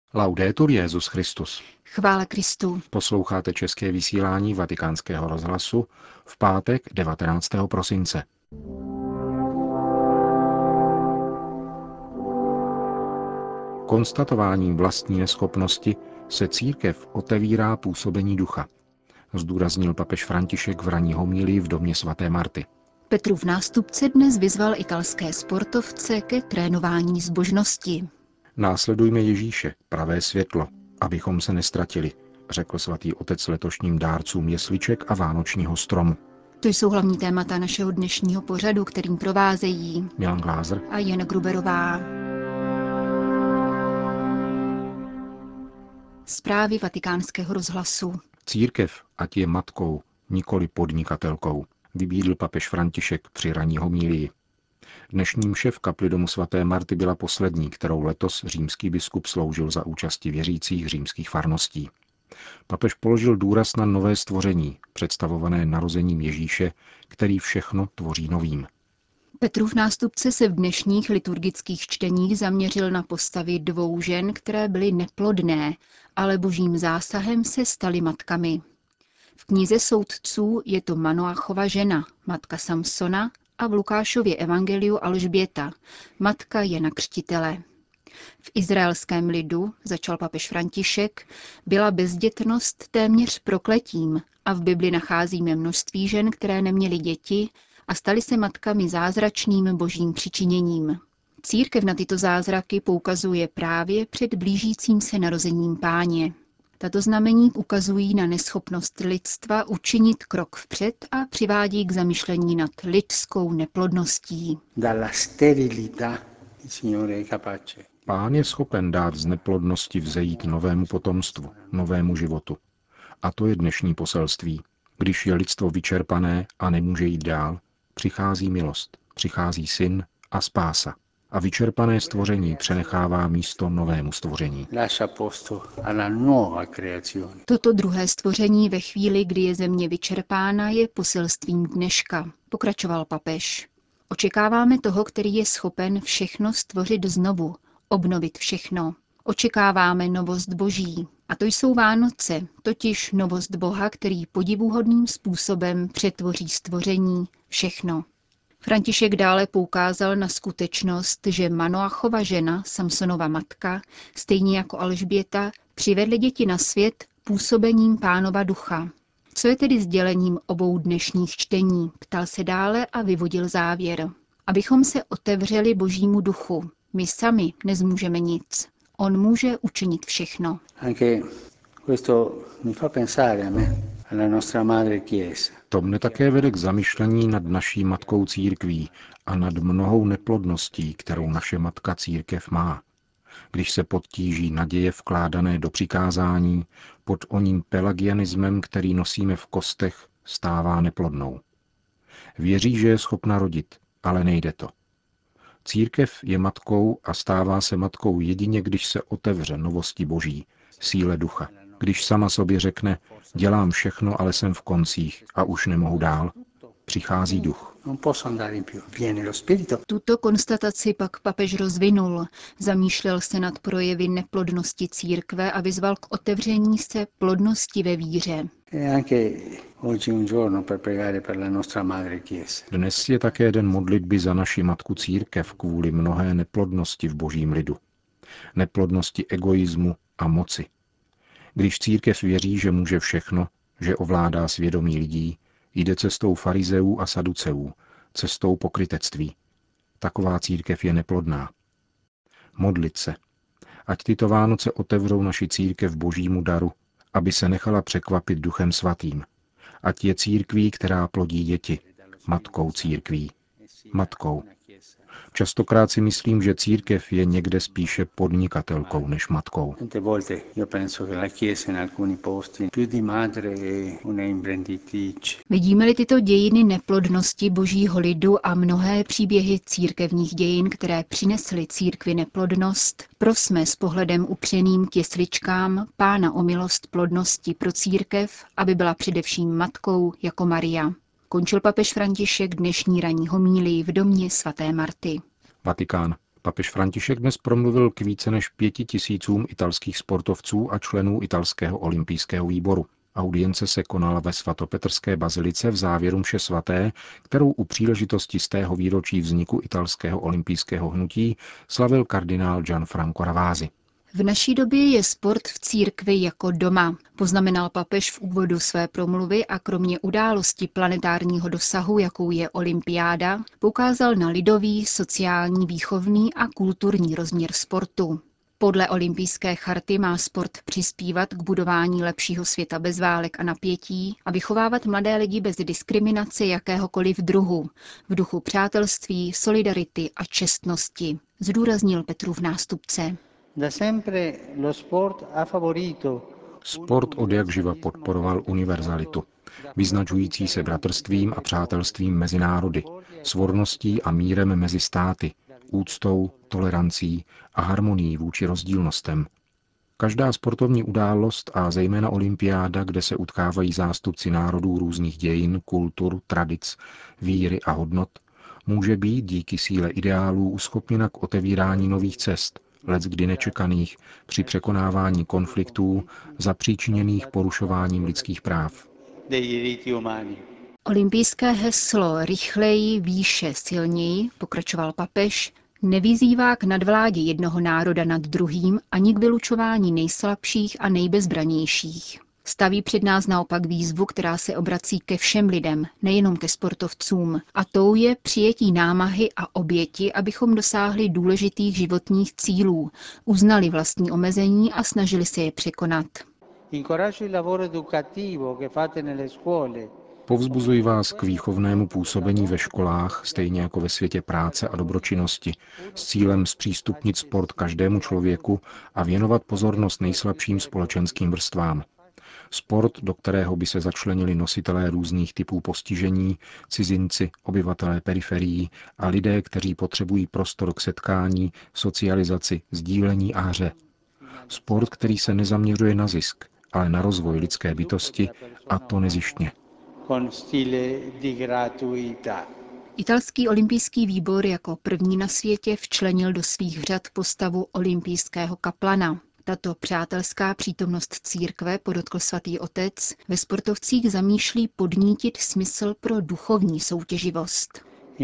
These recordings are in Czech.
Laudetur Jesus Christus. Chvála Kristu. Posloucháte české vysílání Vatikánského rozhlasu v pátek 19. prosince. Konstatováním vlastní neschopnosti se církev otevírá působení ducha, zdůraznil papež František v ranní homílii v domě svaté Marty. Petrův nástupce dnes vyzval italské sportovce ke trénování zbožnosti. Následujme Ježíše, pravé světlo, abychom se nestratili, řekl svatý otec letošním dárcům jesliček a vánočního stromu. To jsou hlavní témata našeho dnešního pořadu, kterým provázejí Milan Glázer a Jana Gruberová. Zprávy Vatikánského rozhlasu. Církev ať je matkou, nikoli podnikatelkou, vybídl papež František při ranní homílii. Dnešní mše v kapli domu svaté Marty byla poslední, kterou letos římský biskup sloužil za účasti věřících římských farností. Papež položil důraz na nové stvoření, představované narozením Ježíše, který všechno tvoří novým. Petrův nástupce se v dnešních liturgických čteních zaměřil na postavy dvou žen, které byly neplodné, ale božím zásahem se staly matkami. V knize soudců je to Manoachova žena, matka Samsona, a v Lukášově evangeliu Alžběta, matka Jana Křtitele. V izraelském lidu, začal papež František, byla bezdětnost téměř prokletím a v Bibli nacházíme množství žen, které neměly děti a staly se matkami zázračným božím přičiněním. Církev na tyto zázraky poukazuje právě před blížícím se narozením Páně. Tato znamení ukazují na neschopnost lidstva učinit krok vpřed a přivádí k zamyšlení nad lidskou neplodností. Pán je schopen dát z neplodnosti vzejít novému potomstvu, novému životu. A to je dnešní poselství. Když je lidstvo vyčerpané a nemůže jít dál, přichází milost, přichází syn a spása. A vyčerpané stvoření přenechává místo novému stvoření. Toto druhé stvoření ve chvíli, kdy je země vyčerpána, je poselstvím dneška, pokračoval papež. Očekáváme toho, který je schopen všechno stvořit znovu, obnovit všechno. Očekáváme novost Boží. A to jsou Vánoce, totiž novost Boha, který podivuhodným způsobem přetvoří stvoření, všechno. František dále poukázal na skutečnost, že Manoachova žena, Samsonova matka, stejně jako Alžběta, přivedly děti na svět působením Pánova ducha. Co je tedy sdělením obou dnešních čtení, ptal se dále a vyvodil závěr. Abychom se otevřeli Božímu duchu. My sami nezmůžeme nic. On může učinit všechno. To mne také vede k zamyšlení nad naší matkou církví a nad mnohou neplodností, kterou naše matka církev má. Když se podtíží naděje vkládané do přikázání, pod oním pelagianismem, který nosíme v kostech, stává neplodnou. Věří, že je schopna rodit, ale nejde to. Církev je matkou a stává se matkou jedině, když se otevře novosti Boží, síle ducha. Když sama sobě řekne, dělám všechno, ale jsem v koncích a už nemohu dál, přichází duch. Tuto konstataci pak papež rozvinul, zamýšlel se nad projevy neplodnosti církve a vyzval k otevření se plodnosti ve víře. Dnes je také den modlitby za naši matku církev kvůli mnohé neplodnosti v božím lidu. Neplodnosti egoismu a moci. Když církev věří, že může všechno, že ovládá svědomí lidí, jde cestou farizeů a saduceů, cestou pokrytectví. Taková církev je neplodná. Modlit se. Ať tyto Vánoce otevřou naši církev božímu daru, aby se nechala překvapit Duchem Svatým. Ať je církví, která plodí děti, matkou církví. Matkou. Častokrát si myslím, že církev je někde spíše podnikatelkou než matkou. Vidíme-li tyto dějiny neplodnosti božího lidu a mnohé příběhy církevních dějin, které přinesly církvi neplodnost, prosme s pohledem upřeným k jesličkám Pána o milost plodnosti pro církev, aby byla především matkou jako Maria. Končil papež František dnešní ranní homílii v domě svaté Marty. Vatikán. Papež František dnes promluvil k více než 5 000 italských sportovců a členů italského olympijského výboru. Audience se konala ve svatopetrské bazilice v závěru mše svaté, kterou u příležitosti 100. výročí vzniku italského olympijského hnutí slavil kardinál Gianfranco Ravasi. V naší době je sport v církvi jako doma, poznamenal papež v úvodu své promluvy a kromě události planetárního dosahu, jakou je olympiáda, poukázal na lidový, sociální, výchovný a kulturní rozměr sportu. Podle olympijské charty má sport přispívat k budování lepšího světa bez válek a napětí a vychovávat mladé lidi bez diskriminace jakéhokoliv druhu, v duchu přátelství, solidarity a čestnosti, zdůraznil Petrův nástupce. Sport odjakživa podporoval univerzalitu, vyznačující se bratrstvím a přátelstvím mezi národy, svorností a mírem mezi státy, úctou, tolerancí a harmonií vůči rozdílnostem. Každá sportovní událost a zejména olympiáda, kde se utkávají zástupci národů různých dějin, kultur, tradic, víry a hodnot, může být díky síle ideálů uschopněna k otevírání nových cest, leckdy nečekaných, při překonávání konfliktů zapříčiněných porušováním lidských práv. Olympijské heslo rychleji, výše, silněji, pokračoval papež, nevyzývá k nadvládě jednoho národa nad druhým ani k vylučování nejslabších a nejbezbranějších. Staví před nás naopak výzvu, která se obrací ke všem lidem, nejenom ke sportovcům, a tou je přijetí námahy a oběti, abychom dosáhli důležitých životních cílů, uznali vlastní omezení a snažili se je překonat. Povzbuzuji vás k výchovnému působení ve školách, stejně jako ve světě práce a dobročinnosti, s cílem zpřístupnit sport každému člověku a věnovat pozornost nejslabším společenským vrstvám. Sport, do kterého by se začlenili nositelé různých typů postižení, cizinci, obyvatelé periferií a lidé, kteří potřebují prostor k setkání, socializaci, sdílení a hře. Sport, který se nezaměřuje na zisk, ale na rozvoj lidské bytosti, a to nezištně. Italský olympijský výbor jako první na světě včlenil do svých řad postavu olympijského kaplana. Tato přátelská přítomnost církve, podotkl svatý otec, ve sportovcích zamýšlí podnítit smysl pro duchovní soutěživost.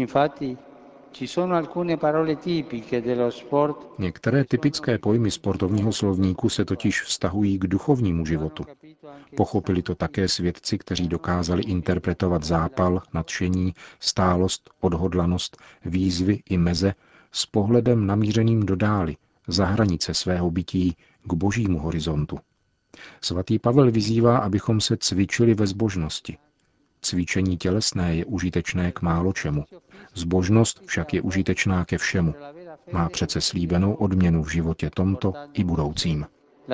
Některé typické pojmy sportovního slovníku se totiž vztahují k duchovnímu životu. Pochopili to také svědci, kteří dokázali interpretovat zápal, nadšení, stálost, odhodlanost, výzvy i meze s pohledem namířeným do dály, za hranice svého bytí, k božímu horizontu. Svatý Pavel vyzývá, abychom se cvičili ve zbožnosti. Cvičení tělesné je užitečné k málo čemu. Zbožnost však je užitečná ke všemu. Má přece slíbenou odměnu v životě tomto i budoucím.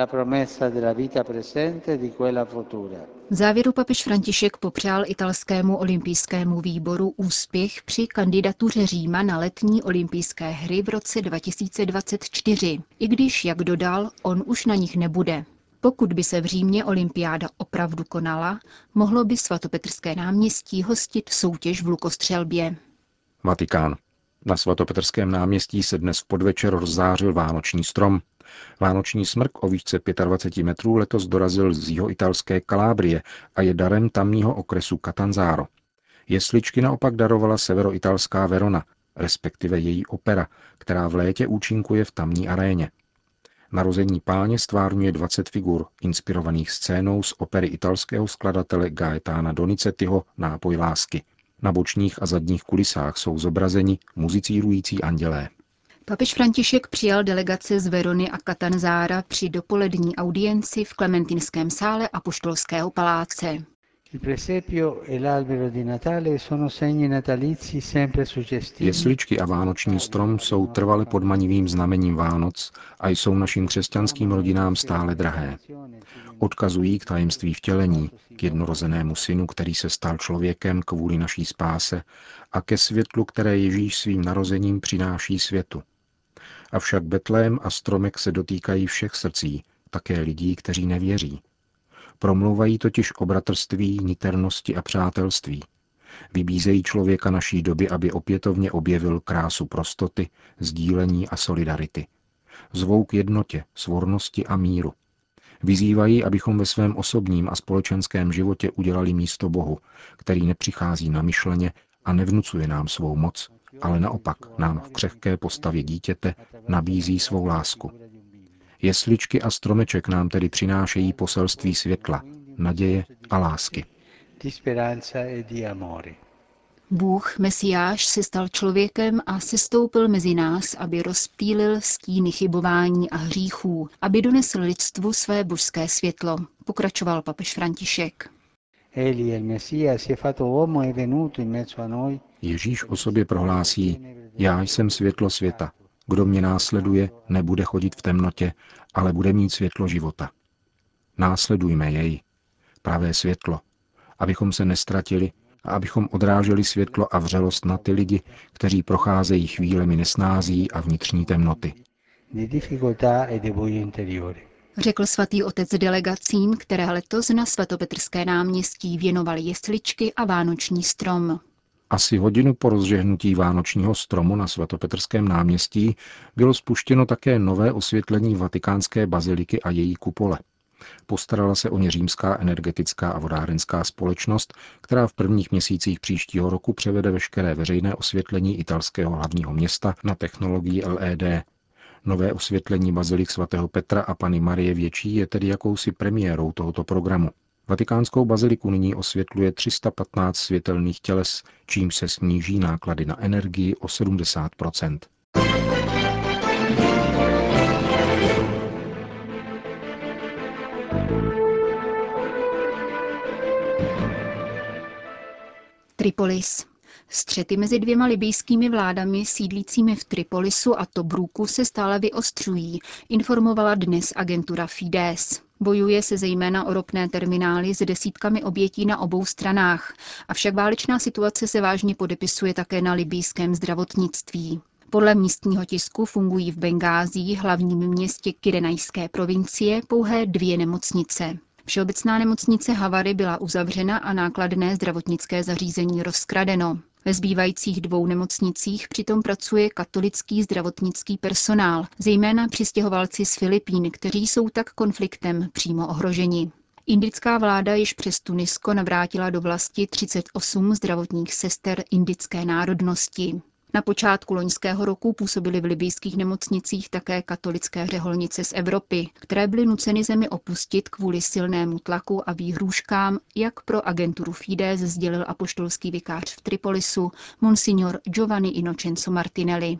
V závěru papež František popřál italskému olympijskému výboru úspěch při kandidatuře Říma na letní olympijské hry v roce 2024, i když, jak dodal, on už na nich nebude. Pokud by se v Římě olympiáda opravdu konala, mohlo by svatopetrské náměstí hostit soutěž v lukostřelbě. Vatikán. Na svatopetrském náměstí se dnes v podvečer rozzářil vánoční strom. Vánoční smrk o výšce 25 metrů letos dorazil z jihoitalské Kalábrie a je darem tamního okresu Catanzaro. Jesličky naopak darovala severoitalská Verona, respektive její opera, která v létě účinkuje v tamní aréně. Narození Páně stvárňuje 20 figur, inspirovaných scénou z opery italského skladatele Gaetana Donizettiho Nápoj lásky. Na bočních a zadních kulisách jsou zobrazeni muzicírující andělé. Papež František přijal delegace z Verony a Catanzára při dopolední audienci v Klementinském sále Apoštolského paláce. Jesličky a vánoční strom jsou trvale podmanivým znamením Vánoc a jsou našim křesťanským rodinám stále drahé. Odkazují k tajemství vtělení, k jednorozenému synu, který se stal člověkem kvůli naší spáse, a ke světlu, které Ježíš svým narozením přináší světu. Avšak Betlém a stromek se dotýkají všech srdcí, také lidí, kteří nevěří. Promlouvají totiž o bratrství, niternosti a přátelství. Vybízejí člověka naší doby, aby opětovně objevil krásu prostoty, sdílení a solidarity. Zvou k jednotě, svornosti a míru. Vyzývají, abychom ve svém osobním a společenském životě udělali místo Bohu, který nepřichází namyšleně a nevnucuje nám svou moc, ale naopak nám v křehké postavě dítěte nabízí svou lásku. Jesličky a stromeček nám tedy přinášejí poselství světla, naděje a lásky. Bůh, Mesiáš, se stal člověkem a sestoupil mezi nás, aby rozptýlil stíny chybování a hříchů, aby donesl lidstvu své božské světlo, pokračoval papež František. Ježíš o sobě prohlásí: Já jsem světlo světa. Kdo mě následuje, nebude chodit v temnotě, ale bude mít světlo života. Následujme jej, pravé světlo, abychom se nestratili a abychom odráželi světlo a vřelost na ty lidi, kteří procházejí chvílemi nesnází a vnitřní temnoty. Řekl svatý otec delegacím, které letos na svatopetrské náměstí věnovali jesličky a vánoční strom. Asi hodinu po rozžehnutí vánočního stromu na svatopetrském náměstí bylo spuštěno také nové osvětlení vatikánské baziliky a její kupole. Postarala se o ně Římská energetická a vodárenská společnost, která v prvních měsících příštího roku převede veškeré veřejné osvětlení italského hlavního města na technologii LED. Nové osvětlení bazilik svatého Petra a Panny Marie Větší je tedy jakousi premiérou tohoto programu. Vatikánskou baziliku nyní osvětluje 315 světelných těles, čímž se sníží náklady na energii o 70%. Tripolis. Střety mezi dvěma libyjskými vládami sídlícími v Tripolisu a Tobruku se stále vyostřují, informovala dnes agentura Fides. Bojuje se zejména o ropné terminály s desítkami obětí na obou stranách, avšak válečná situace se vážně podepisuje také na libyjském zdravotnictví. Podle místního tisku fungují v Bengází, hlavním městě Kyrenajské provincie, pouhé 2 nemocnice. Všeobecná nemocnice Havary byla uzavřena a nákladné zdravotnické zařízení rozkradeno. Ve zbývajících 2 nemocnicích přitom pracuje katolický zdravotnický personál, zejména přistěhovalci z Filipín, kteří jsou tak konfliktem přímo ohroženi. Indická vláda již přes Tunisko navrátila do vlasti 38 zdravotních sester indické národnosti. Na počátku loňského roku působily v libyjských nemocnicích také katolické řeholnice z Evropy, které byly nuceny zemi opustit kvůli silnému tlaku a výhrůžkám, jak pro agenturu Fides sdělil apoštolský vikář v Tripolisu monsignor Giovanni Innocenzo Martinelli.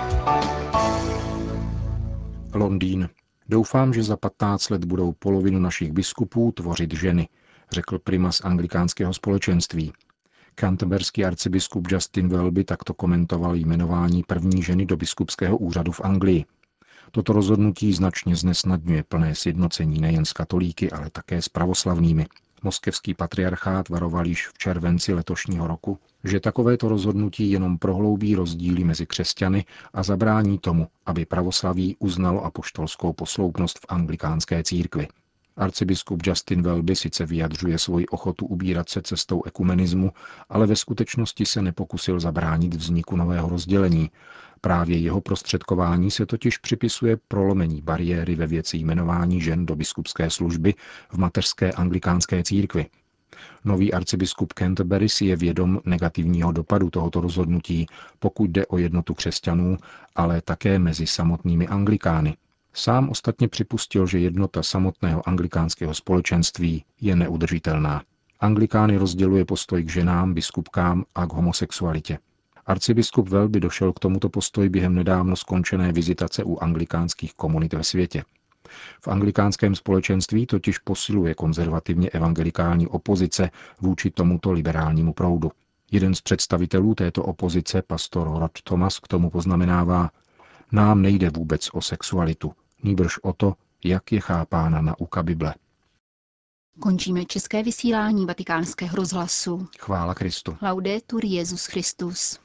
Londýn. Doufám, že za 15 let budou polovinu našich biskupů tvořit ženy, řekl primas anglikánského společenství. Canterburyský arcibiskup Justin Welby takto komentoval jmenování první ženy do biskupského úřadu v Anglii. Toto rozhodnutí značně znesnadňuje plné sjednocení nejen s katolíky, ale také s pravoslavnými. Moskevský patriarchát varoval již v červenci letošního roku, že takovéto rozhodnutí jenom prohloubí rozdíly mezi křesťany a zabrání tomu, aby pravoslaví uznalo apoštolskou posloupnost v anglikánské církvi. Arcibiskup Justin Welby sice vyjadřuje svoji ochotu ubírat se cestou ekumenismu, ale ve skutečnosti se nepokusil zabránit vzniku nového rozdělení. Právě jeho prostředkování se totiž připisuje prolomení bariéry ve věci jmenování žen do biskupské služby v mateřské anglikánské církvi. Nový arcibiskup Canterbury si je vědom negativního dopadu tohoto rozhodnutí, pokud jde o jednotu křesťanů, ale také mezi samotnými anglikány. Sám ostatně připustil, že jednota samotného anglikánského společenství je neudržitelná. Anglikány rozděluje postoj k ženám, biskupkám a k homosexualitě. Arcibiskup Welby došel k tomuto postoji během nedávno skončené vizitace u anglikánských komunit ve světě. V anglikánském společenství totiž posiluje konzervativně evangelikální opozice vůči tomuto liberálnímu proudu. Jeden z představitelů této opozice, pastor Rod Thomas, k tomu poznamenává: Nám nejde vůbec o sexualitu, nýbrž o to, jak je chápána nauka Bible. Končíme české vysílání Vatikánského rozhlasu. Chvála Kristu. Laudetur Jesus Christus.